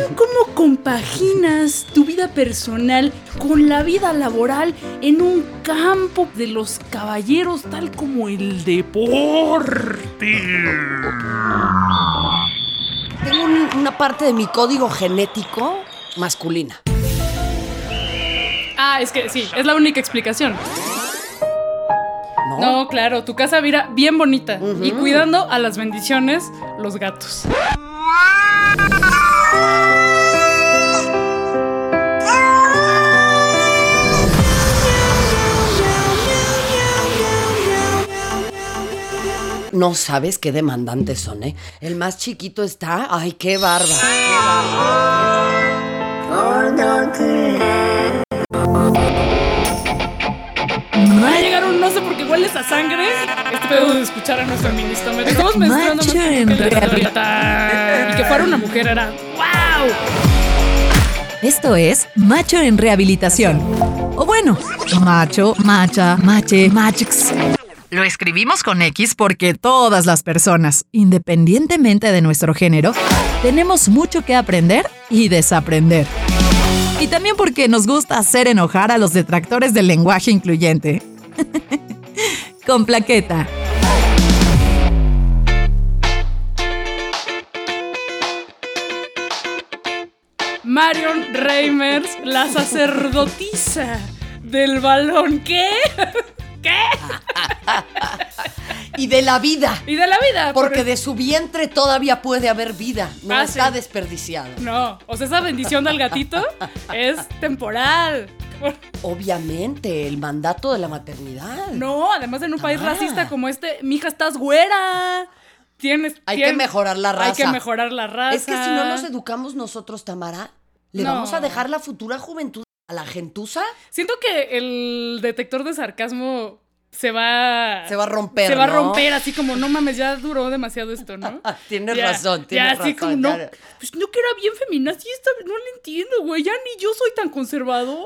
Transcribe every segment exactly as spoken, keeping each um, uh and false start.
¿tú cómo compaginas tu vida personal con la vida laboral en un campo de los caballeros tal como el deporte? Tengo un, una parte de mi código genético masculina. Ah, es que sí, es la única explicación. ¿No? No, claro, tu casa mira bien bonita. Uh-huh. Y cuidando a las bendiciones, los gatos. No sabes qué demandantes son, ¿eh? El más chiquito está... ¡Ay, qué bárbaro! ¡Qué bárbaro! Va a llegar un no sé por qué hueles a sangre. Este pedo de escuchar a nuestro feminista. Me estamos menstruando más que y que fuera una mujer era ¡wow! Esto es Macho en Rehabilitación. O bueno, macho, macha, mache, machix. Lo escribimos con X porque todas las personas, independientemente de nuestro género, tenemos mucho que aprender y desaprender. Y también porque nos gusta hacer enojar a los detractores del lenguaje incluyente. Con plaqueta. Marion Reimers, la sacerdotisa del balón. ¿Qué? ¿Qué? Y de la vida. Y de la vida. Porque por... de su vientre todavía puede haber vida. No ah, está sí. desperdiciado. No, o sea, esa bendición del gatito es temporal. Obviamente, el mandato de la maternidad. No, además en un ah. país racista como este, mija, estás güera. Tienes, hay tienes, que mejorar la raza. Hay que mejorar la raza. Es que si no nos educamos nosotros, Tamara, ¿le no. vamos a dejar la futura juventud a la gentuza? Siento que el detector de sarcasmo se va... Se va a romper, Se va ¿no? a romper, así como, no mames, ya duró demasiado esto, ¿no? Tienes ya, razón, tienes ya, razón. Así como, no, pues no que era bien feminazi, esta no le entiendo, güey, ya ni yo soy tan conservador.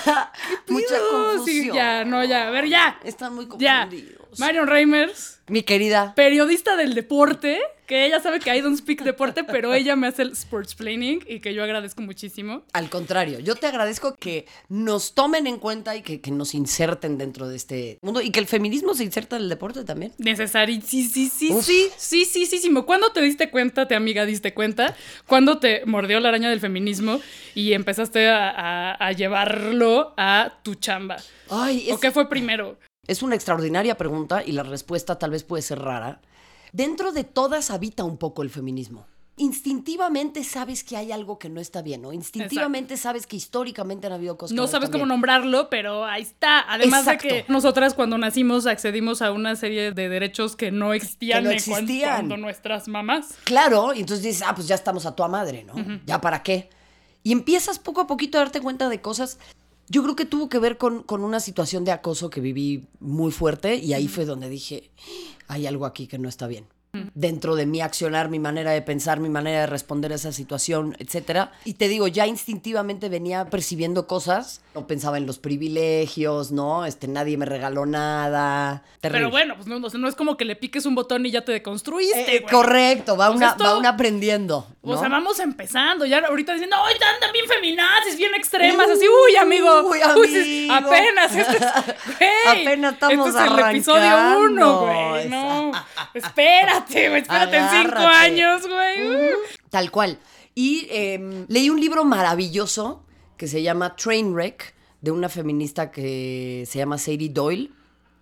Mucha confusión. Sí, ya, no, ya, a ver, ya. Están muy confundidos. Ya. Marion Reimers. Mi querida. Periodista del deporte, que ella sabe que I don't speak deporte, pero ella me hace el sportsplaining y que yo agradezco muchísimo. Al contrario, yo te agradezco que nos tomen en cuenta y que, que nos inserten dentro de este mundo y que el feminismo se inserta en el deporte también. Necesario, sí, sí, sí, Uf. sí, sí, sí, sí, sí. ¿Cuándo te diste cuenta, te amiga, diste cuenta? ¿Cuándo te mordió la araña del feminismo y empezaste a, a, a llevarlo a tu chamba? Ay, es... ¿O qué fue primero? Es una extraordinaria pregunta y la respuesta tal vez puede ser rara. Dentro de todas habita un poco el feminismo. Instintivamente sabes que hay algo que no está bien, ¿no? Instintivamente Exacto. sabes que históricamente han habido cosas que no, no sabes están cómo bien. nombrarlo, pero ahí está. Además Exacto. de que nosotras cuando nacimos accedimos a una serie de derechos que no existían, que no existían. Cuando, cuando nuestras mamás. Claro, y entonces dices, ah, pues ya estamos a tu madre, ¿no? Uh-huh. ¿Ya para qué? Y empiezas poco a poquito a darte cuenta de cosas. Yo creo que tuvo que ver con, con una situación de acoso que viví muy fuerte y ahí uh-huh. fue donde dije, hay algo aquí que no está bien. Uh-huh. Dentro de mi accionar, mi manera de pensar, mi manera de responder a esa situación, etcétera. Y te digo, ya instintivamente venía percibiendo cosas. No pensaba en los privilegios, ¿no? Este, nadie me regaló nada. Terrible. Pero bueno, pues no, no es como que le piques un botón y ya te deconstruiste, eh, Correcto, va, pues una, esto, va una aprendiendo, ¿no? O sea, vamos empezando. Ya ahorita diciendo, ¡ay, andan bien feminazis, bien extremas! Así, ¡uy, amigo! ¡Uy, amigo! Uy, apenas, este es, güey. Apenas estamos este es arrancando. el episodio uno, güey. No, espérate, güey, espérate en cinco años, güey. Uh-huh. Tal cual. Y eh, leí un libro maravilloso que se llama Trainwreck, de una feminista que se llama Sadie Doyle,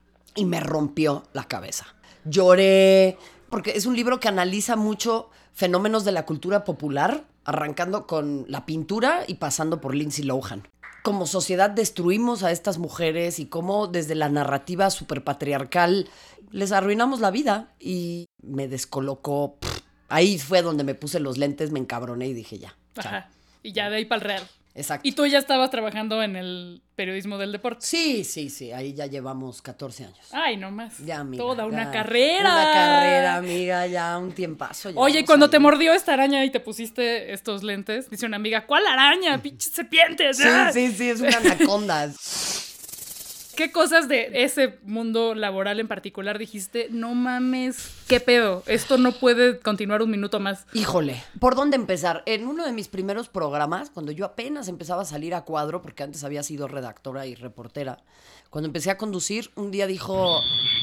y me rompió la cabeza. Lloré, porque es un libro que analiza mucho fenómenos de la cultura popular, arrancando con la pintura y pasando por Lindsay Lohan. Como sociedad destruimos a estas mujeres y cómo desde la narrativa superpatriarcal les arruinamos la vida, y me descolocó. Pff, ahí fue donde me puse los lentes, me encabroné y dije ya. Ajá. Y ya de ahí para el real. Exacto. ¿Y tú ya estabas trabajando en el periodismo del deporte? Sí, sí, sí. Ahí ya llevamos catorce años. Ay, no más. Ya, amiga. Toda una ya, carrera. Una carrera, amiga, ya un tiempazo. Ya Oye, y cuando ahí. te mordió esta araña y te pusiste estos lentes, dice una amiga, ¿cuál araña? Pinche serpientes. Sí, sí, sí, es una anaconda. ¿Qué cosas de ese mundo laboral en particular dijiste, no mames, qué pedo, esto no puede continuar un minuto más? Híjole, ¿por dónde empezar? En uno de mis primeros programas, cuando yo apenas empezaba a salir a cuadro, porque antes había sido redactora y reportera, cuando empecé a conducir, un día dijo...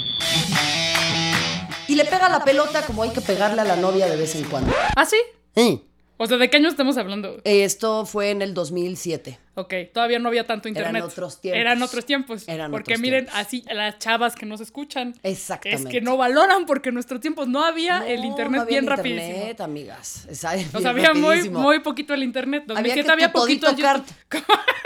Y le pega la pelota como hay que pegarle a la novia de vez en cuando. ¿Ah, sí? Sí. O sea, ¿de qué año estamos hablando? Esto fue en el dos mil siete. Ok, todavía no había tanto internet. Eran otros tiempos. Eran otros tiempos. Eran porque otros miren, tiempos. así las chavas que nos escuchan. Exactamente. Es que no valoran porque en nuestros tiempos no había No, el internet no había bien el rapidísimo. internet, amigas. Esa es O bien sea, había muy, rapidísimo. muy poquito el internet. dos mil siete Había había, que poquito todito YouTube.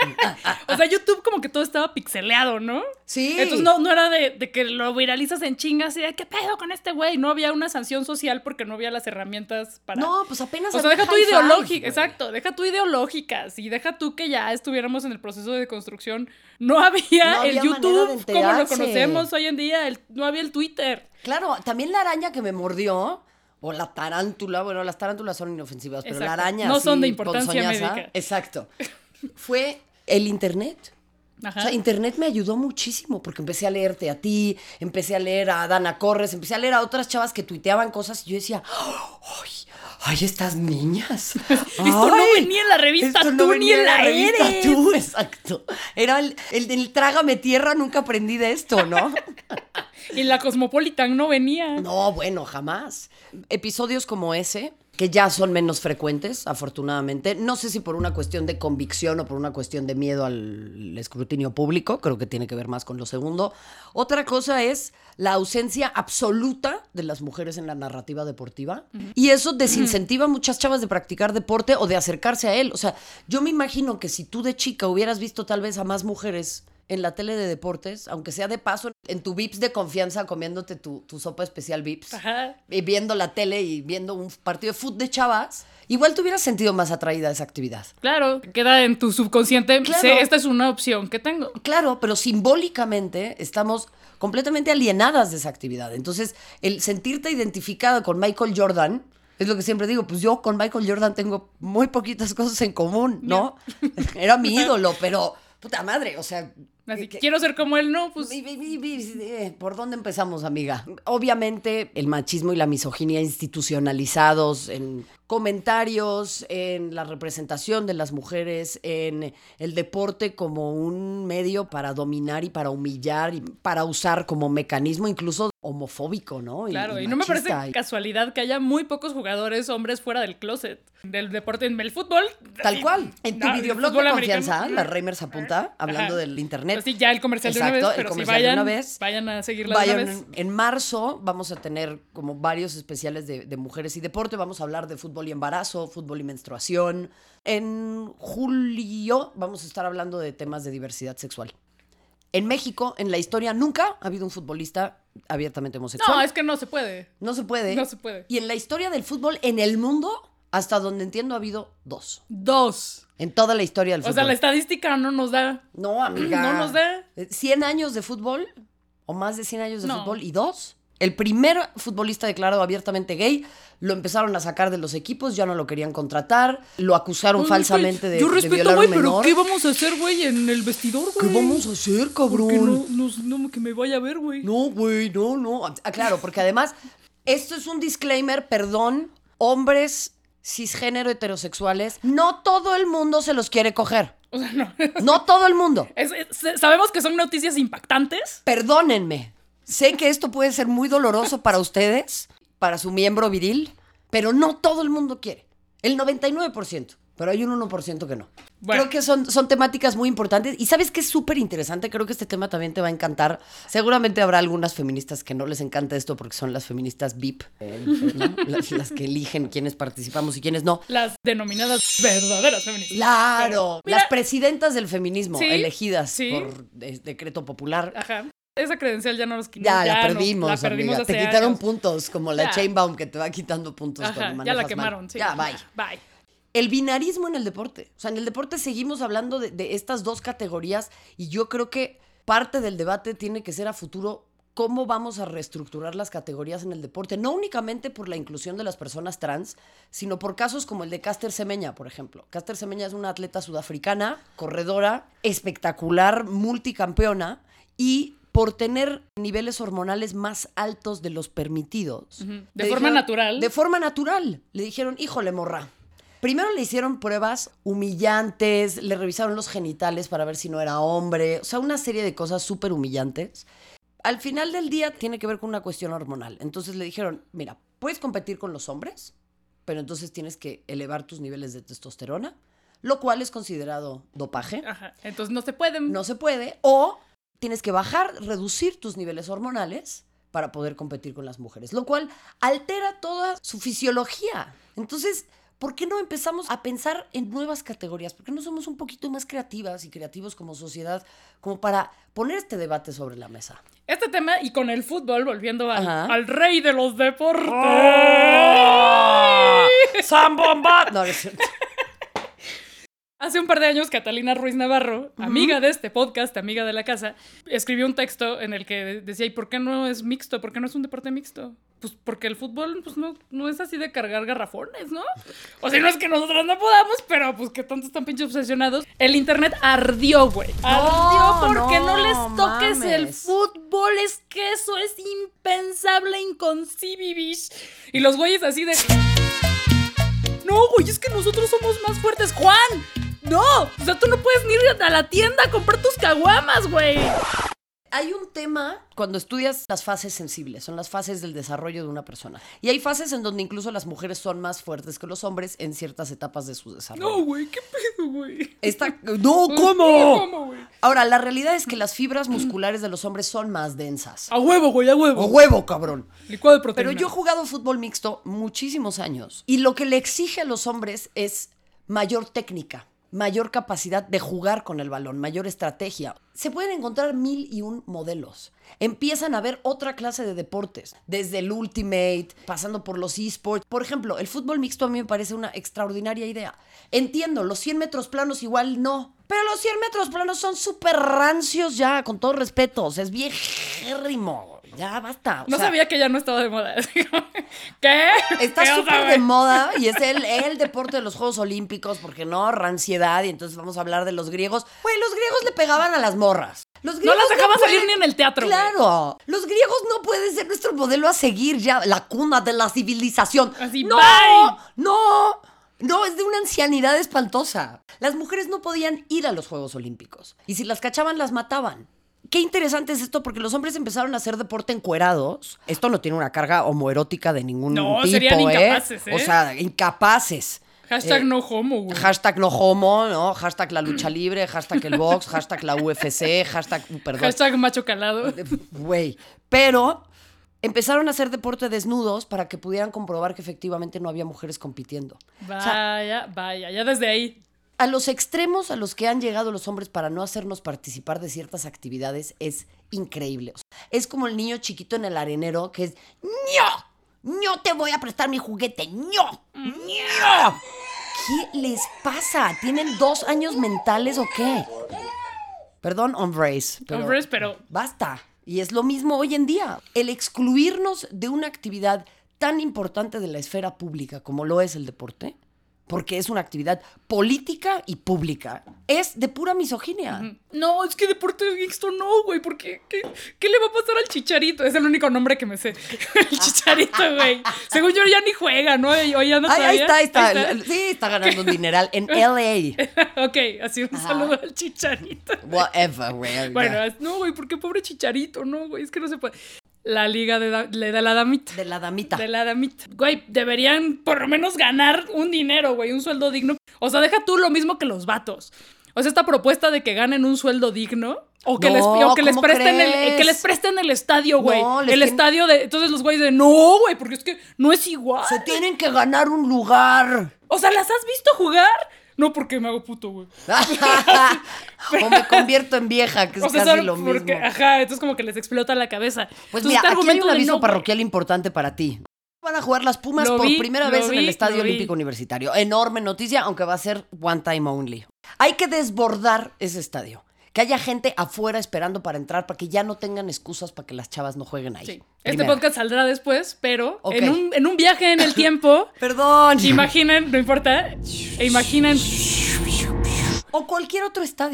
O sea, YouTube como que todo estaba pixeleado, ¿no? Sí. Entonces no, no era de, de que lo viralizas en chingas y de ¿qué pedo con este güey? No había una sanción social porque no había las herramientas para... No, pues apenas O sea, había deja tu high five, ideológica, güey. exacto, deja tu ideológicas y deja tú que ya estuviéramos en el proceso de construcción. No había, No el había manera de YouTube como lo enterarse. conocemos hoy en día, el- no había el Twitter. Claro, también la araña que me mordió, o la tarántula, bueno, las tarántulas son inofensivas, pero la Exacto. araña No así, son de importancia ponzoñaza, médica. Exacto. Fue el internet. Ajá. O sea, internet me ayudó muchísimo porque empecé a leerte a ti, empecé a leer a Dana Corres, empecé a leer a otras chavas que tuiteaban cosas y yo decía, ¡ay! ¡Ay, estas niñas! Esto no Ay, venía en la revista, esto tú no ni venía en la revista, eres. tú, exacto. Era el, el del trágame tierra, nunca aprendí de esto, ¿no? Y la Cosmopolitan no venía. No, bueno, jamás. Episodios como ese, que ya son menos frecuentes, afortunadamente. No sé si por una cuestión de convicción o por una cuestión de miedo al escrutinio público, creo que tiene que ver más con lo segundo. Otra cosa es la ausencia absoluta de las mujeres en la narrativa deportiva. Uh-huh. Y eso desincentiva a muchas chavas de practicar deporte o de acercarse a él. O sea, yo me imagino que si tú de chica hubieras visto tal vez a más mujeres en la tele de deportes, aunque sea de paso, en tu Vips de confianza comiéndote tu, tu sopa especial Vips, Ajá. y viendo la tele y viendo un partido de fútbol de chavas, igual te hubieras sentido más atraída a esa actividad. Claro, queda en tu subconsciente, Claro. sé, esta es una opción que tengo. Claro, pero simbólicamente estamos completamente alienadas de esa actividad. Entonces, el sentirte identificada con Michael Jordan, es lo que siempre digo, pues yo con Michael Jordan tengo muy poquitas cosas en común, ¿no? Era mi ídolo, pero puta madre, o sea... Así, que- quiero ser como él, ¿no? Pues Vi- vi- vi- vi- eh, ¿Por dónde empezamos, amiga? Obviamente el machismo y la misoginia institucionalizados en comentarios, en la representación de las mujeres, en el deporte como un medio para dominar y para humillar y para usar como mecanismo incluso homofóbico, ¿no? Y- claro, y y no me parece machista. Y- casualidad que haya muy pocos jugadores hombres fuera del closet, del deporte, en el fútbol. Tal cual. En tu No, el videoblog de fútbol confianza, americano. la Reimers apunta, hablando Ajá. del internet. Pues sí, ya el comercial Exacto, de una vez, el pero si comercial de vayan, una vez. vayan a seguirla de Vayan, una vez. en marzo vamos a tener como varios especiales de, de mujeres y deporte. Vamos a hablar de fútbol y embarazo, fútbol y menstruación. En julio vamos a estar hablando de temas de diversidad sexual. En México, en la historia, nunca ha habido un futbolista abiertamente homosexual. No, es que no se puede. No se puede. No se puede. Y en la historia del fútbol, en el mundo, hasta donde entiendo, ha habido dos. Dos. En toda la historia del O fútbol. sea, la estadística no nos da. No, amiga. No nos da. cien años de fútbol, o más de cien años de No. fútbol, y dos. El primer futbolista declarado abiertamente gay, lo empezaron a sacar de los equipos, ya no lo querían contratar, lo acusaron Ay, falsamente de, Yo de respeto, violar a güey, un pero menor. ¿qué vamos a hacer, güey, en el vestidor, güey? ¿Qué vamos a hacer, cabrón? Porque no, no, no, que me vaya a ver, güey. No, güey, no, no. Ah, claro, porque además, esto es un disclaimer, perdón, hombres cisgénero heterosexuales, no todo el mundo se los quiere coger. O sea, no. No todo el mundo. Es- es- sabemos que son noticias impactantes. Perdónenme. Sé que esto puede ser muy doloroso para ustedes, para su miembro viril, pero no todo el mundo quiere. El noventa y nueve por ciento. Pero hay un uno por ciento que no. Bueno. Creo que son, son temáticas muy importantes. Y ¿sabes qué es súper interesante? Creo que este tema también te va a encantar. Seguramente habrá algunas feministas que no les encanta esto porque son las feministas V I P, eh, ¿no? las, las que eligen quiénes participamos y quiénes no. Las denominadas verdaderas feministas. Claro, Mira- las presidentas del feminismo, Sí, elegidas sí. por de- decreto popular. Ajá. Esa credencial ya no nos Ya, la nos- perdimos, la perdimos amiga. Te hace quitaron años. puntos, como la Ya. Chainbaum que te va quitando puntos Ajá, cuando ya la manejas quemaron, mal. sí. Ya, bye. Bye. El binarismo en el deporte. O sea, en el deporte seguimos hablando de, de estas dos categorías y yo creo que parte del debate tiene que ser a futuro cómo vamos a reestructurar las categorías en el deporte. No únicamente por la inclusión de las personas trans, sino por casos como el de Caster Semenya, por ejemplo. Caster Semenya es una atleta sudafricana, corredora, espectacular, multicampeona, y por tener niveles hormonales más altos de los permitidos. Uh-huh. De forma dijeron, natural. De forma natural. Le dijeron, híjole, morra. Primero le hicieron pruebas humillantes, le revisaron los genitales para ver si no era hombre, o sea, una serie de cosas súper humillantes. Al final del día tiene que ver con una cuestión hormonal. Entonces le dijeron, mira, puedes competir con los hombres, pero entonces tienes que elevar tus niveles de testosterona, lo cual es considerado dopaje. Ajá, entonces no se pueden. No se puede. O tienes que bajar, reducir tus niveles hormonales para poder competir con las mujeres, lo cual altera toda su fisiología. Entonces, ¿por qué no empezamos a pensar en nuevas categorías? ¿Por qué no somos un poquito más creativas y creativos como sociedad como para poner este debate sobre la mesa? Este tema, y con el fútbol, volviendo al, al rey de los deportes. ¡Oh! ¡Zambomba! No, no es cierto. Hace un par de años, Catalina Ruiz Navarro, uh-huh. amiga de este podcast, amiga de la casa, escribió un texto en el que decía, ¿y por qué no es mixto? ¿Por qué no es un deporte mixto? Pues porque el fútbol pues no, no es así de cargar garrafones, ¿no? O sea, no es que nosotros no podamos, pero pues que tanto están pinches obsesionados. El internet ardió, güey. No, ardió porque no, no les toques mames. el fútbol. Es que eso es impensable, inconcebible. Y los güeyes así de... No, güey, es que nosotros somos más fuertes. ¡Juan! ¡No! O sea, tú no puedes ni ir a la tienda a comprar tus caguamas, güey. Hay un tema cuando estudias las fases sensibles, son las fases del desarrollo de una persona. Y hay fases en donde incluso las mujeres son más fuertes que los hombres en ciertas etapas de su desarrollo. No, güey, ¿qué pedo, güey? Esta... No, ¿cómo? ¿Cómo, güey? Ahora, la realidad es que las fibras musculares de los hombres son más densas. A huevo, güey, a huevo. A huevo, cabrón. Licuado de proteína. Pero yo he jugado fútbol mixto muchísimos años. Y lo que le exige a los hombres es mayor técnica, mayor capacidad de jugar con el balón, mayor estrategia. Se pueden encontrar mil y un modelos. Empiezan a ver otra clase de deportes, desde el Ultimate, pasando por los eSports. Por ejemplo, el fútbol mixto a mí me parece una extraordinaria idea. Entiendo, los cien metros planos igual no, pero los cien metros planos son súper rancios ya, con todo respeto. O sea, es viejérrimo. Ya, basta. O no sea, sabía que ya no estaba de moda. ¿Qué? Está súper de moda y es el, el deporte de los Juegos Olímpicos, porque no, ranciedad, y entonces vamos a hablar de los griegos. Güey, los griegos le pegaban a las morras. Los no las dejaban no salir ni en el teatro. Claro. Wey. Los griegos no pueden ser nuestro modelo a seguir ya, la cuna de la civilización. Así, no, bye. no, no, es de una ancianidad espantosa. Las mujeres no podían ir a los Juegos Olímpicos y si las cachaban, las mataban. Qué interesante es esto, porque los hombres empezaron a hacer deporte encuerados. Esto no tiene una carga homoerótica de ningún no, tipo, serían ¿eh? incapaces, ¿eh? O sea, incapaces. Hashtag eh, no homo, güey. Hashtag no homo, ¿no? Hashtag la lucha libre, hashtag el box, hashtag la U F C, hashtag... Perdón. Hashtag macho calado. Güey. Pero empezaron a hacer deporte desnudos para que pudieran comprobar que efectivamente no había mujeres compitiendo. Vaya, o sea, vaya, ya desde ahí... A los extremos a los que han llegado los hombres para no hacernos participar de ciertas actividades es increíble. O sea, es como el niño chiquito en el arenero que es ¡ño! ¡ño te voy a prestar mi juguete! ¡ño! ¡ño! ¿Qué les pasa? ¿Tienen dos años mentales o qué? Perdón, hombres. Pero hombres, pero... Basta. Y es lo mismo hoy en día. El excluirnos de una actividad tan importante de la esfera pública como lo es el deporte, porque es una actividad política y pública, es de pura misoginia. No, es que deporte mixto no, güey, porque ¿qué, ¿qué le va a pasar al Chicharito? Es el único nombre que me sé. El Chicharito, güey. Según yo ya ni juega, ¿no? Hoy anda Ay, ahí está, ahí está. Ahí está. Sí, está ganando un dineral en L A. Ok, así un Ajá. saludo al Chicharito. Whatever, güey. Bueno, no, güey, ¿por qué pobre Chicharito? No, güey, es que no se puede... La liga de, da, de, de la damita. De la damita. De la damita. Güey, deberían por lo menos ganar un dinero, güey, un sueldo digno. O sea, deja tú lo mismo que los vatos. O sea, esta propuesta de que ganen un sueldo digno o que, no, les, o que les presten el que les presten el estadio, güey. No, el tiene... estadio de... Entonces los güeyes de, no, güey, porque es que no es igual. Se tienen que ganar un lugar. O sea, ¿las has visto jugar? No, porque me hago puto, güey. O me convierto en vieja, que es o sea, casi lo porque, mismo. Ajá, entonces como que les explota la cabeza. Pues entonces, mira, este aquí hay un aviso no, parroquial importante para ti. Van a jugar las Pumas lo por vi, primera vez vi, en el Estadio Olímpico Universitario. Enorme noticia, aunque va a ser one time only. Hay que desbordar ese estadio. Que haya gente afuera esperando para entrar, para que ya no tengan excusas para que las chavas no jueguen ahí. Sí. Este podcast saldrá después, pero okay. en, un, en un viaje en el tiempo... Perdón. Imaginen, no importa, e imaginen... O cualquier otro estadio.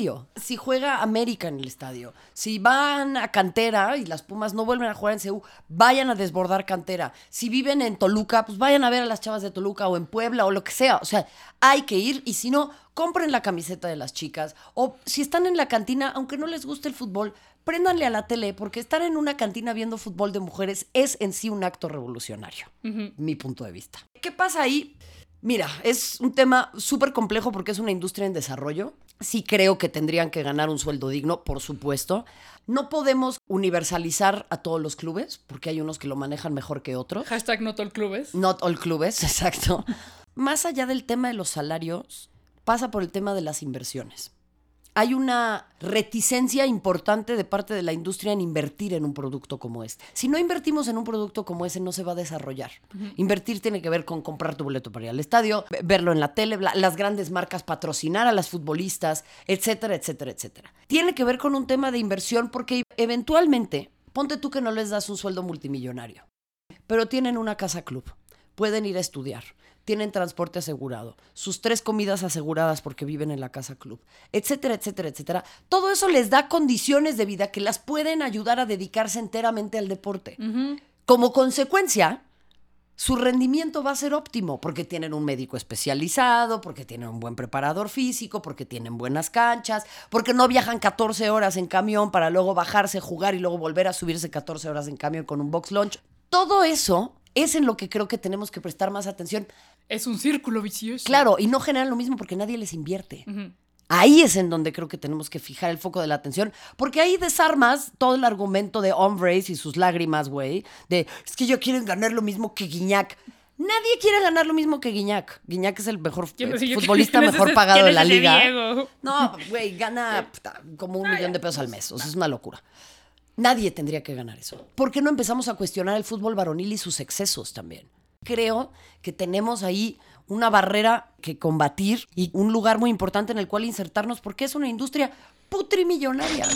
si juega América en el estadio, si van a cantera y las Pumas no vuelven a jugar en C U, vayan a desbordar cantera. Si viven en Toluca, pues vayan a ver a las chavas de Toluca o en Puebla o lo que sea. O sea, hay que ir y si no, compren la camiseta de las chicas. O si están en la cantina, aunque no les guste el fútbol, préndanle a la tele, porque estar en una cantina viendo fútbol de mujeres es en sí un acto revolucionario, uh-huh. Mi punto de vista. ¿Qué pasa ahí? Mira, es un tema súper complejo porque es una industria en desarrollo. Sí creo que tendrían que ganar un sueldo digno, por supuesto. No podemos universalizar a todos los clubes, porque hay unos que lo manejan mejor que otros. Hashtag not all clubes. Not all clubes, exacto. Más allá del tema de los salarios, pasa por el tema de las inversiones. Hay una reticencia importante de parte de la industria en invertir en un producto como este. Si no invertimos en un producto como ese, no se va a desarrollar. Uh-huh. Invertir tiene que ver con comprar tu boleto para ir al estadio, verlo en la tele, las grandes marcas patrocinar a las futbolistas, etcétera, etcétera, etcétera. Tiene que ver con un tema de inversión porque eventualmente, ponte tú que no les das un sueldo multimillonario, pero tienen una casa club, pueden ir a estudiar, tienen transporte asegurado, sus tres comidas aseguradas porque viven en la casa club, etcétera, etcétera, etcétera. Todo eso les da condiciones de vida que las pueden ayudar a dedicarse enteramente al deporte. Uh-huh. Como consecuencia, su rendimiento va a ser óptimo porque tienen un médico especializado, porque tienen un buen preparador físico, porque tienen buenas canchas, porque no viajan catorce horas en camión para luego bajarse, jugar y luego volver a subirse catorce horas en camión con un box lunch. Todo eso es en lo que creo que tenemos que prestar más atención. Es un círculo vicioso. Claro, y no generan lo mismo porque nadie les invierte. Uh-huh. Ahí es en donde creo que tenemos que fijar el foco de la atención, porque ahí desarmas todo el argumento de hombres y sus lágrimas, güey, de es que ellos quieren ganar lo mismo que Guiñac. Nadie quiere ganar lo mismo que Guiñac. Guiñac es el mejor eh, futbolista mejor pagado de la liga. Diego? No, güey, gana puta, como un millón de pesos al mes. O sea, es una locura. Nadie tendría que ganar eso. ¿Por qué no empezamos a cuestionar el fútbol varonil y sus excesos también? Creo que tenemos ahí una barrera que combatir y un lugar muy importante en el cual insertarnos porque es una industria putrimillonaria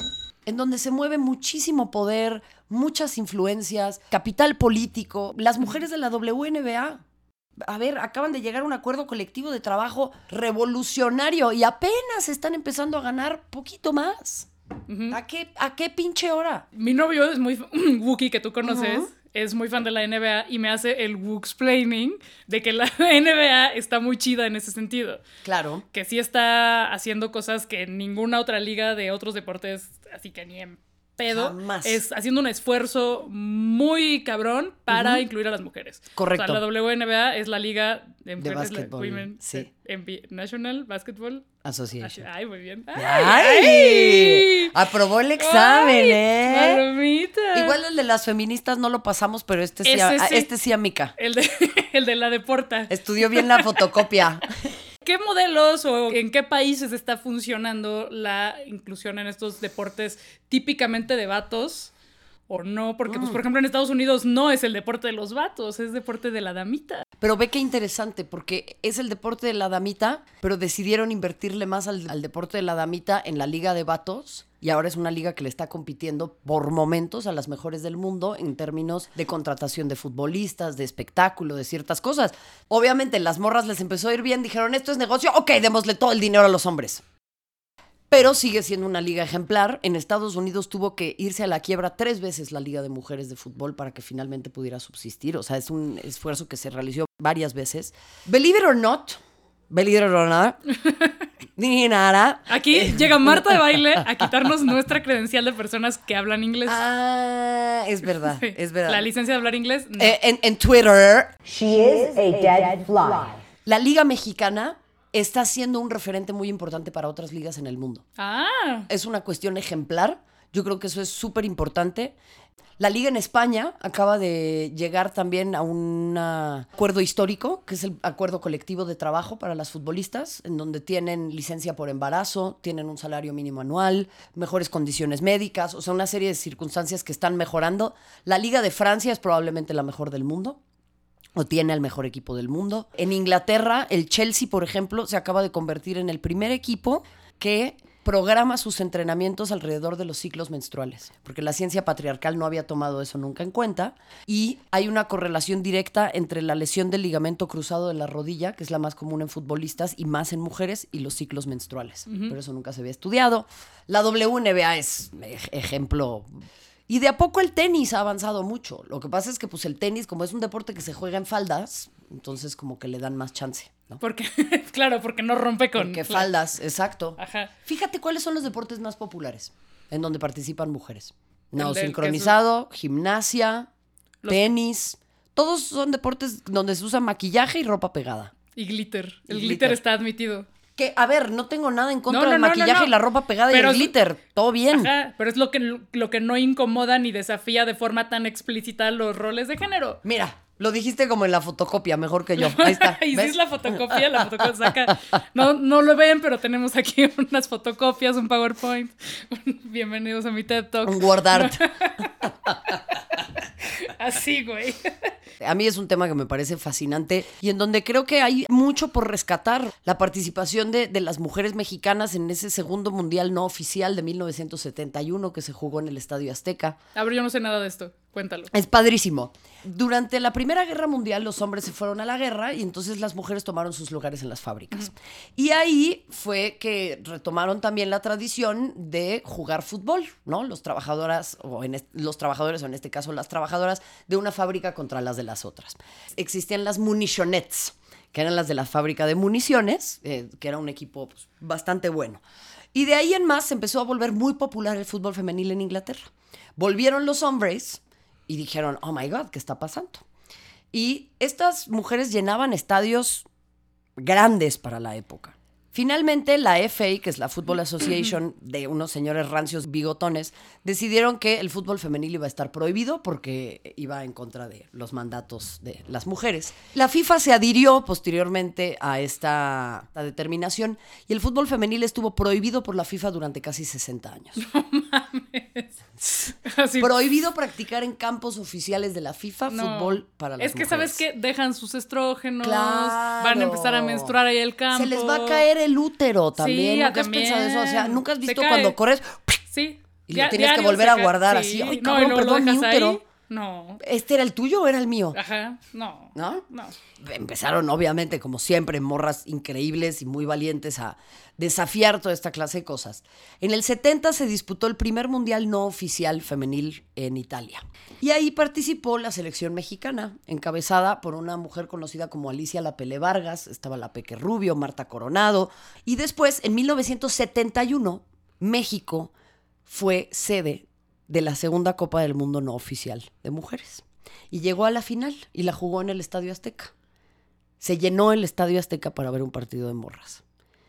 en donde se mueve muchísimo poder, muchas influencias, capital político. Las mujeres de la W N B A, a ver, acaban de llegar a un acuerdo colectivo de trabajo revolucionario y apenas están empezando a ganar poquito más. Uh-huh. ¿A qué, ¿A qué pinche hora? Mi novio es muy Wookie, que tú conoces, uh-huh. es muy fan de la N B A y me hace el Wooksplaining de que la N B A está muy chida en ese sentido. Claro. Que sí está haciendo cosas que ninguna otra liga de otros deportes, así que ni en pedo, jamás. Es haciendo un esfuerzo muy cabrón para uh-huh. incluir a las mujeres. Correcto. O sea, la W N B A es la liga de mujeres, de básquetbol, women, sí. N B A, National Basketball Association. Ay, muy bien. ¡Ay! Ay. Aprobó el examen, Ay, ¿eh? Palomita. Igual el de las feministas no lo pasamos, pero este sí, a, sí. este sí a Mica. El de, el de la deporta. Estudió bien la fotocopia. ¿Qué modelos o en qué países está funcionando la inclusión en estos deportes típicamente de vatos? ¿O no? Porque, mm. pues, por ejemplo, en Estados Unidos no es el deporte de los vatos, es deporte de la damita. Pero ve qué interesante, porque es el deporte de la damita, pero decidieron invertirle más al, al deporte de la damita en la liga de vatos. Y ahora es una liga que le está compitiendo por momentos a las mejores del mundo en términos de contratación de futbolistas, de espectáculo, de ciertas cosas. Obviamente las morras les empezó a ir bien, dijeron esto es negocio, ok, démosle todo el dinero a los hombres. Pero sigue siendo una liga ejemplar. En Estados Unidos tuvo que irse a la quiebra tres veces la Liga de Mujeres de Fútbol para que finalmente pudiera subsistir. O sea, es un esfuerzo que se realizó varias veces. Believe it or not, believe it or not, ni nada. Aquí llega Marta de Baile a quitarnos nuestra credencial de personas que hablan inglés. Ah, es verdad, sí. es verdad. La licencia de hablar inglés, no. Eh, en, en Twitter. She is a dead fly. La Liga Mexicana está siendo un referente muy importante para otras ligas en el mundo. Ah. Es una cuestión ejemplar. Yo creo que eso es súper importante. La liga en España acaba de llegar también a un acuerdo histórico, que es el acuerdo colectivo de trabajo para las futbolistas, en donde tienen licencia por embarazo, tienen un salario mínimo anual, mejores condiciones médicas, o sea, una serie de circunstancias que están mejorando. La Liga de Francia es probablemente la mejor del mundo, o tiene al mejor equipo del mundo. En Inglaterra, el Chelsea, por ejemplo, se acaba de convertir en el primer equipo que programa sus entrenamientos alrededor de los ciclos menstruales, porque la ciencia patriarcal no había tomado eso nunca en cuenta, y hay una correlación directa entre la lesión del ligamento cruzado de la rodilla, que es la más común en futbolistas y más en mujeres, y los ciclos menstruales. Uh-huh. Pero eso nunca se había estudiado. La W N B A es ej- ejemplo... Y de a poco el tenis ha avanzado mucho. Lo que pasa es que pues el tenis, como es un deporte que se juega en faldas, entonces como que le dan más chance, ¿no? Porque, claro, porque no rompe con... Porque faldas, exacto. Ajá. Fíjate cuáles son los deportes más populares en donde participan mujeres. Nado del- sincronizado, gimnasia, Los- tenis. Todos son deportes donde se usa maquillaje y ropa pegada. Y glitter. El Y glitter. glitter. está admitido. Que, a ver, no tengo nada en contra No, no, del no, no, maquillaje no. y la ropa pegada Pero y el es- glitter. Todo bien. Ajá, pero es lo que, lo que no incomoda ni desafía de forma tan explícita los roles de género. Mira, lo dijiste como en la fotocopia, mejor que yo. Ahí está. Y si ¿ves? es la fotocopia, la fotocopia saca. No, no lo ven, pero tenemos aquí unas fotocopias, un PowerPoint. Bienvenidos a mi TED Talk. Un word art. Así, güey. A mí es un tema que me parece fascinante y en donde creo que hay mucho por rescatar. La participación de, de las mujeres mexicanas en ese segundo mundial no oficial de mil novecientos setenta y uno que se jugó en el Estadio Azteca. A ver, yo no sé nada de esto. Cuéntalo. Es padrísimo. Durante la Primera Guerra Mundial los hombres se fueron a la guerra y entonces las mujeres tomaron sus lugares en las fábricas. Uh-huh. Y ahí fue que retomaron también la tradición de jugar fútbol, ¿no? Los trabajadoras, o en est- los trabajadores, o en este caso las trabajadoras, de una fábrica contra las de las otras. Existían las munitionettes, que eran las de la fábrica de municiones, eh, que era un equipo pues, bastante bueno. Y de ahí en más se empezó a volver muy popular el fútbol femenil en Inglaterra. Volvieron los hombres y dijeron, oh my God, ¿qué está pasando? Y estas mujeres llenaban estadios grandes para la época. Finalmente, la F A, que es la Football Association de unos señores rancios bigotones, decidieron que el fútbol femenil iba a estar prohibido porque iba en contra de los mandatos de las mujeres. La FIFA se adhirió posteriormente a esta, esta determinación y el fútbol femenil estuvo prohibido por la FIFA durante casi sesenta años. No mames. Así. Prohibido practicar en campos oficiales de la FIFA No. fútbol para las Es que, mujeres. ¿sabes qué? Dejan sus estrógenos, Claro. van a empezar a menstruar ahí el campo. Se les va a caer el útero también. Sí, ¿Nunca también. has pensado eso? O sea, ¿nunca has Se visto cae. cuando corres Sí. y Dia- lo tienes que diario volver se a cae. guardar Sí. así? Ay, No, cabrón, y luego lo perdón, mi dejas útero. ahí. No. ¿Este era el tuyo o era el mío? Ajá. No. ¿No? No. Empezaron, obviamente, como siempre, morras increíbles y muy valientes a desafiar toda esta clase de cosas. En el setenta se disputó el primer mundial no oficial femenil en Italia. Y ahí participó la selección mexicana, encabezada por una mujer conocida como Alicia La Pele Vargas, estaba la Peque Rubio, Marta Coronado. Y después, en mil novecientos setenta y uno, México fue sede de la segunda Copa del Mundo no oficial de mujeres. Y llegó a la final y la jugó en el Estadio Azteca. Se llenó el Estadio Azteca para ver un partido de morras.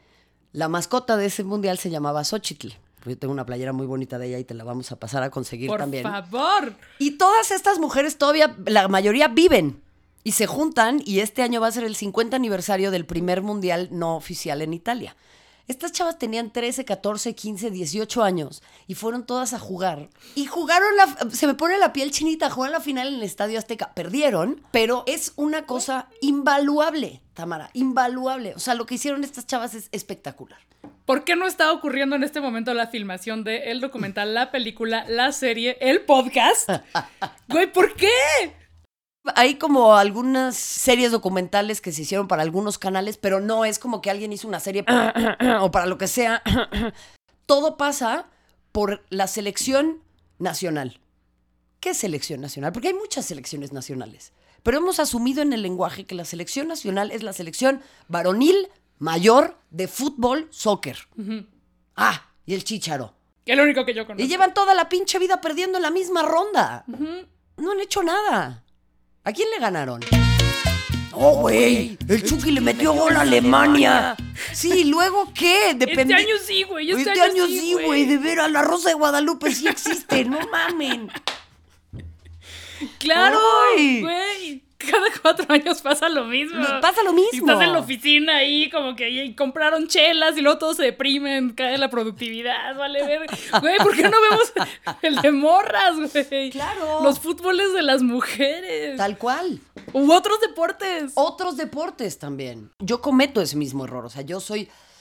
La mascota de ese mundial se llamaba Xóchitl. Yo tengo una playera muy bonita de ella y te la vamos a pasar a conseguir Por también. favor. Y todas estas mujeres todavía, la mayoría viven y se juntan y este año va a ser el cincuenta aniversario del primer mundial no oficial en Italia. Estas chavas tenían trece, catorce, quince, dieciocho años y fueron todas a jugar. Y jugaron, la, se me pone la piel chinita, jugaron la final en el Estadio Azteca. Perdieron, pero es una cosa invaluable, Tamara, invaluable. O sea, lo que hicieron estas chavas es espectacular. ¿Por qué no está ocurriendo en este momento la filmación de el documental, la película, la serie, el podcast? Güey, ¿por qué? Hay como algunas series documentales que se hicieron para algunos canales, pero no es como que alguien hizo una serie o para lo que sea. Todo pasa por la selección nacional. ¿Qué es selección nacional? Porque hay muchas selecciones nacionales. Pero hemos asumido en el lenguaje que la selección nacional es la selección varonil mayor de fútbol, soccer. Uh-huh. Ah, y el Chícharo. Que es lo único que yo conozco. Y llevan toda la pinche vida perdiendo en la misma ronda. Uh-huh. No han hecho nada. ¿A quién le ganaron? ¡Oh, güey! El Chucky le metió gol a Alemania. Sí, ¿luego qué? Depende... Este año sí, güey. Este, este año, año sí, güey. De veras, la Rosa de Guadalupe sí existe. No mamen. ¡Claro, güey! Cada cuatro años pasa lo mismo. Pasa lo mismo. Y estás en la oficina ahí, como que y compraron chelas y luego todos se deprimen, cae la productividad, vale ver. Güey, ¿por qué no vemos el de morras, güey? Claro. Los fútboles de las mujeres. Tal cual. U otros deportes. Otros deportes también. Yo cometo ese mismo error. O sea, yo soy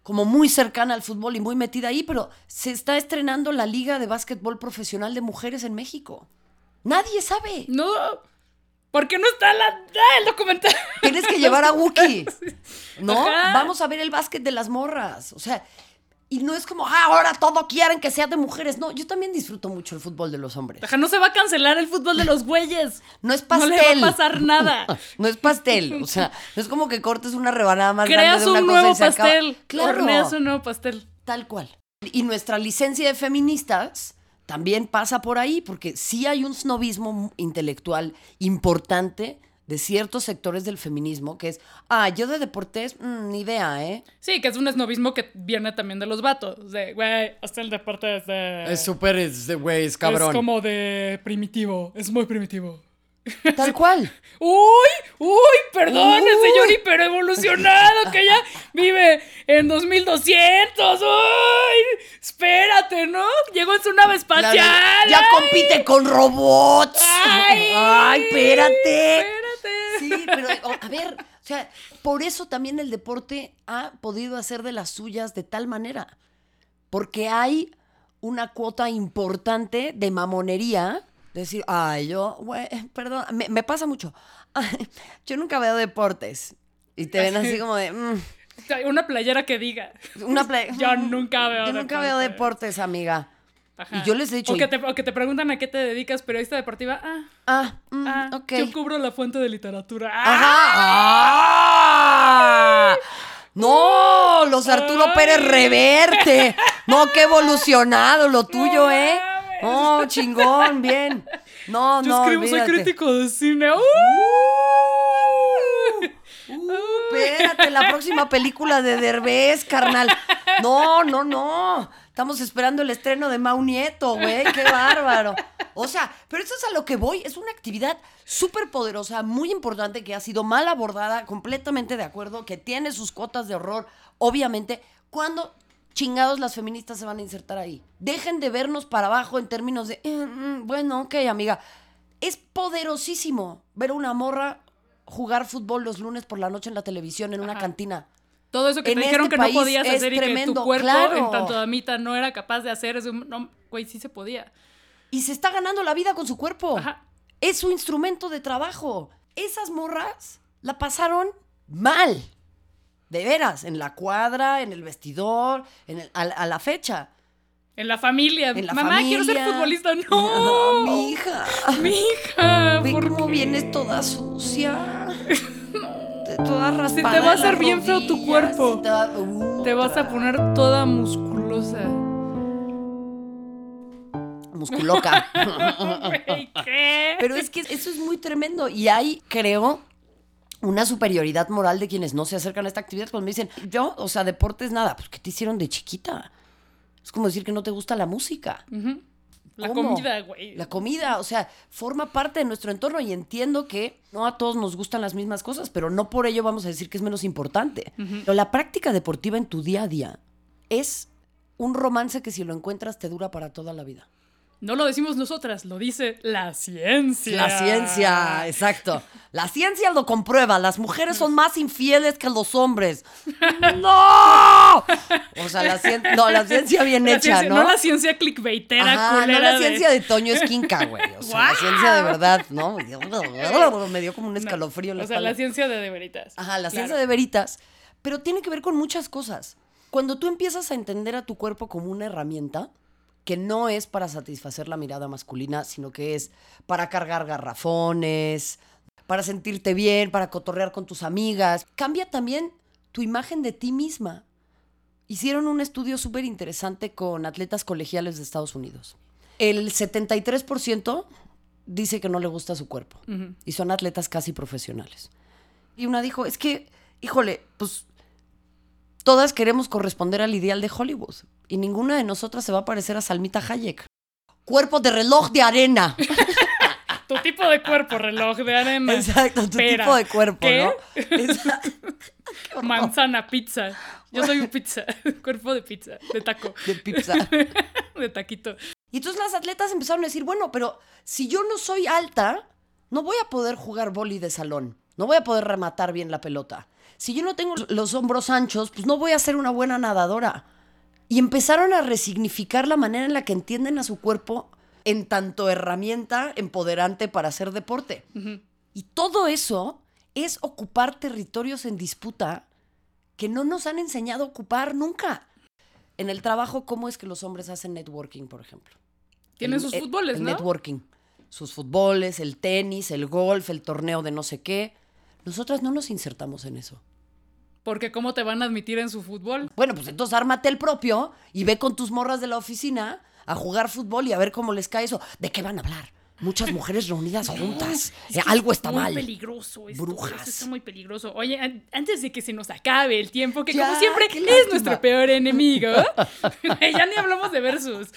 como muy cercana al fútbol y muy metida ahí, pero se está estrenando la Liga de Básquetbol Profesional de Mujeres en México. Nadie sabe. No, porque no está la, ah, el documental. Tienes que llevar a Wookie, ¿no? Ajá. Vamos a ver el básquet de las morras. O sea, y no es como, ah, ahora todo quieren que sea de mujeres. No, yo también disfruto mucho el fútbol de los hombres. Ajá, no se va a cancelar el fútbol de los güeyes. No es pastel. No le va a pasar nada. No es pastel. O sea, no es como que cortes una rebanada más Creas grande de una un cosa nuevo y se acaba. pastel. Claro. Horneas un nuevo pastel. Tal cual. Y nuestra licencia de feministas también pasa por ahí, porque sí hay un snobismo intelectual importante de ciertos sectores del feminismo, que es, ah, yo de deportes, mmm, ni idea, ¿eh? Sí, que es un esnovismo que viene también de los vatos. De, güey, hasta el deporte es de... Es súper, es de güey, es cabrón. Es como de primitivo. Es muy primitivo. Tal cual. ¡Uy! ¡Uy! Perdón, el Uy. señor hiperevolucionado que ya vive en dos mil doscientos. ¡Uy! Espérate, ¿no? Llegó en su nave espacial. Claro, ya ¡ay! compite con robots. ¡Ay! ¡Ay, espérate! Espérate. Sí, pero oh, a ver, o sea, por eso también el deporte ha podido hacer de las suyas de tal manera. Porque hay una cuota importante de mamonería. Decir, ay, yo, güey, perdón, me, me pasa mucho. Ay, yo nunca veo deportes. Y te ven así como de, mm, Una playera que diga. una play. Yo nunca veo Yo nunca deportes. veo deportes, amiga. Ajá. Y yo les he dicho. O que, te, o que te preguntan a qué te dedicas, periodista deportiva. Ah, Ah, mm, ah ok. yo cubro la fuente de literatura. Ajá. ¡Ah! ¡Ah! No, los Arturo Ay. Pérez Reverte. No, qué evolucionado lo tuyo, No ¿eh? mames. Oh, chingón, bien. No, Yo no, escribo, olvídate. soy crítico de cine. ¡Uh! Uh, espérate, la próxima película de Derbez, carnal. No, no, no. Estamos esperando el estreno de Mau Nieto, güey. Qué bárbaro. O sea, pero eso es a lo que voy. Es una actividad súper poderosa, muy importante, que ha sido mal abordada, completamente de acuerdo, que tiene sus cuotas de horror, obviamente. ¿Cuándo chingados las feministas se van a insertar ahí? Dejen de vernos para abajo en términos de, eh, mm, bueno, ok, amiga. Es poderosísimo ver a una morra jugar fútbol los lunes por la noche en la televisión, en una Ajá. cantina. Todo eso que En te dijeron este que no país podías es hacer y que tremendo, tu cuerpo, claro. en tanto damita, no era capaz de hacer. Eso, no, güey, sí se podía. Y se está ganando la vida con su cuerpo. Ajá. Es su instrumento de trabajo. Esas morras la pasaron mal. De veras, en la cuadra, en el vestidor, en el- a, a la fecha. En la familia. En la Mamá, familia. quiero ser futbolista. No, No. mi hija. Mi hija. Ve ¿por cómo qué? vienes toda sucia. De toda raspada. Se te va a en hacer las bien feo tu rodillas, cuerpo. se Te, va- uh, Te vas a poner toda musculosa. musculoca. Güey, ¿qué? Pero es que eso es muy tremendo. Y hay, creo, una superioridad moral de quienes no se acercan a esta actividad cuando me dicen, yo, o sea, deportes nada. Pues, ¿qué te hicieron de chiquita? Es como decir que no te gusta la música. Ujú. La ¿Cómo? comida, güey. La comida, o sea, forma parte de nuestro entorno y entiendo que no a todos nos gustan las mismas cosas, pero no por ello vamos a decir que es menos importante. Pero la práctica deportiva en tu día a día es un romance que si lo encuentras te dura para toda la vida. No lo decimos nosotras, lo dice la ciencia. La ciencia, exacto. La ciencia lo comprueba. Las mujeres son más infieles que los hombres. ¡No! O sea, la, cien- no, la ciencia bien La hecha, ciencia- ¿no? no la ciencia clickbaitera, Ajá, no culera. la ciencia de Toño Esquinca, güey. O sea, la ¡Guau! ciencia de verdad, ¿no? Me dio como un escalofrío en la O sea, espalda. la ciencia de de veritas. Ajá, la Claro. ciencia de veritas. Pero tiene que ver con muchas cosas. Cuando tú empiezas a entender a tu cuerpo como una herramienta, que no es para satisfacer la mirada masculina, sino que es para cargar garrafones, para sentirte bien, para cotorrear con tus amigas. Cambia también tu imagen de ti misma. Hicieron un estudio súper interesante con atletas colegiales de Estados Unidos. El setenta y tres por ciento dice que no le gusta su cuerpo. Ujú. Y son atletas casi profesionales. Y una dijo, es que, híjole, pues todas queremos corresponder al ideal de Hollywood. Y ninguna de nosotras se va a parecer a Salmita Hayek. Cuerpo de reloj de arena. Tu tipo de cuerpo, reloj de arena. Exacto, tu Pera. tipo de cuerpo, ¿Qué? ¿no? Exacto. Manzana, pizza. Yo soy un pizza. Cuerpo de pizza, de taco. De pizza. De taquito. Y entonces las atletas empezaron a decir, bueno, pero si yo no soy alta, no voy a poder jugar vóley de salón. no voy a poder rematar bien la pelota. Si yo no tengo los hombros anchos, pues no voy a ser una buena nadadora. Y empezaron a resignificar la manera en la que entienden a su cuerpo en tanto herramienta empoderante para hacer deporte. Uh-huh. Y todo eso es ocupar territorios en disputa que no nos han enseñado a ocupar nunca. En el trabajo, ¿cómo es que los hombres hacen networking, por ejemplo? Tienen el, sus el, fútboles, el ¿no? Networking. Sus fútboles, el tenis, el golf, el torneo de no sé qué. Nosotras no nos insertamos en eso. Porque ¿cómo te van a admitir en su fútbol? Bueno, pues entonces ármate el propio y ve con tus morras de la oficina a jugar fútbol y a ver cómo les cae eso. ¿De qué van a hablar? Muchas mujeres reunidas juntas. Es eh, algo está muy mal. Muy peligroso esto. Brujas. Esto está muy peligroso. Oye, an- antes de que se nos acabe el tiempo, que Ya, como siempre qué es lástima. nuestro peor enemigo, ya ni hablamos de versus.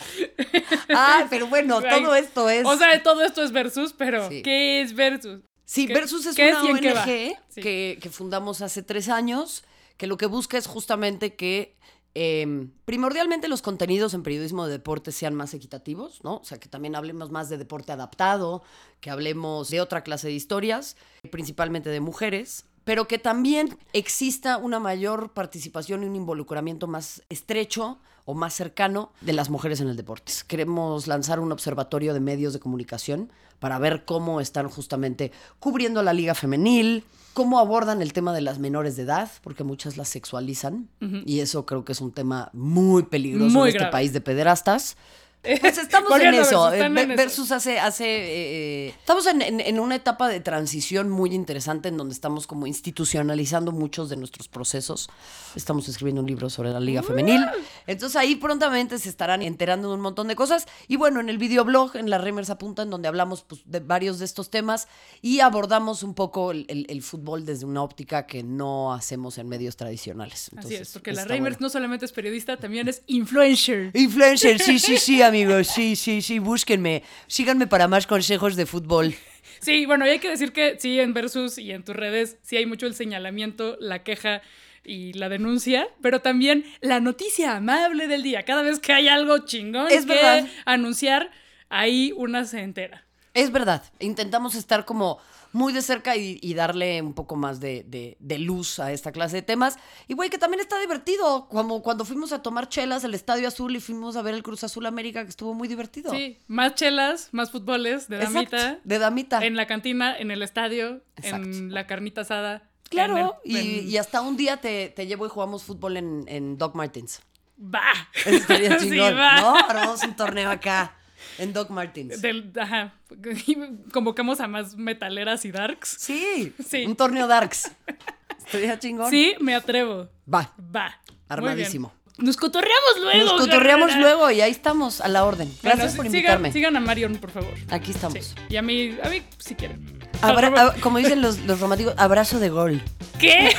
Ah, pero bueno, Ay, todo esto es... O sea, todo esto es versus, pero Sí. ¿qué es versus? Sí, ¿Qué- Versus es qué una es y en qué O N va? G Sí. que, que fundamos hace tres años, que lo que busca es justamente que eh, primordialmente los contenidos en periodismo de deporte sean más equitativos, ¿no? O sea, que también hablemos más de deporte adaptado, que hablemos de otra clase de historias, principalmente de mujeres, pero que también exista una mayor participación y un involucramiento más estrecho o más cercano de las mujeres en el deporte. Queremos lanzar un observatorio de medios de comunicación para ver cómo están justamente cubriendo la liga femenil, cómo abordan el tema de las menores de edad, porque muchas las sexualizan, uh-huh. y eso creo que es un tema muy peligroso Muy en este grave. país de pederastas. Pues estamos en Volviendo a eso. Versus, están Eh, en eso. Versus hace... hace eh, estamos en, en, en una etapa de transición muy interesante en donde estamos como institucionalizando muchos de nuestros procesos. Estamos escribiendo un libro sobre la liga femenil. Entonces ahí prontamente se estarán enterando de un montón de cosas. Y bueno, en el videoblog, en la Reimers Apunta, en donde hablamos pues, de varios de estos temas y abordamos un poco el, el, el fútbol desde una óptica que no hacemos en medios tradicionales. Entonces, Así es, porque la está Reimers bueno. no solamente es periodista, también es influencer. Influencer, sí, sí, sí, amigos, sí, sí, sí, búsquenme, síganme para más consejos de fútbol. Sí, bueno, y hay que decir que sí, en Versus y en tus redes sí hay mucho el señalamiento, la queja y la denuncia, pero también la noticia amable del día. Cada vez que hay algo chingón Es que verdad. anunciar, ahí una se entera. Es verdad, intentamos estar como muy de cerca y, y darle un poco más de, de, de luz a esta clase de temas. Y güey, que también está divertido, como cuando fuimos a tomar chelas al Estadio Azul y fuimos a ver el Cruz Azul América, que estuvo muy divertido. Sí, más chelas, más fútboles de Exacto, damita. de damita. En la cantina, en el estadio, Exacto. en la carnita asada. Claro, en el- y, en- y hasta un día te, te llevo y jugamos fútbol en, en Doc Martens. Va. Eso estaría Sí, chingón, va. ¿no? Armamos un torneo acá en Doc Martens. Del, ajá. Convocamos a más metaleras y darks. Sí, Sí. un torneo Darks. Estaría chingón. Sí, me atrevo. Va, Va. armadísimo. Muy bien. Nos cotorreamos luego. Nos cotorreamos carnera. luego y ahí estamos, a la orden. Gracias Bueno, por sigan- invitarme. Sigan a Marion, por favor. Aquí estamos. Sí. Y a mí, a mí, si quieren. Abra- Por favor. ab- como dicen los, los románticos, abrazo de gol. ¿Qué?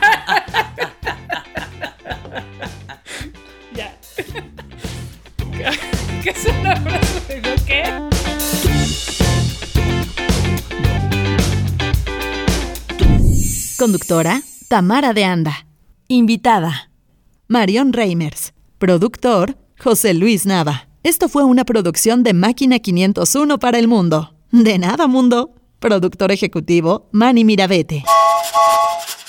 Ya. ¿Qué es un abrazo de gol? ¿Qué? Conductora, Tamara de Anda. Invitada, Marion Reimers. Productor, José Luis Nava. Esto fue una producción de Máquina quinientos uno para el mundo. De nada, mundo. Productor ejecutivo, Manny Mirabete.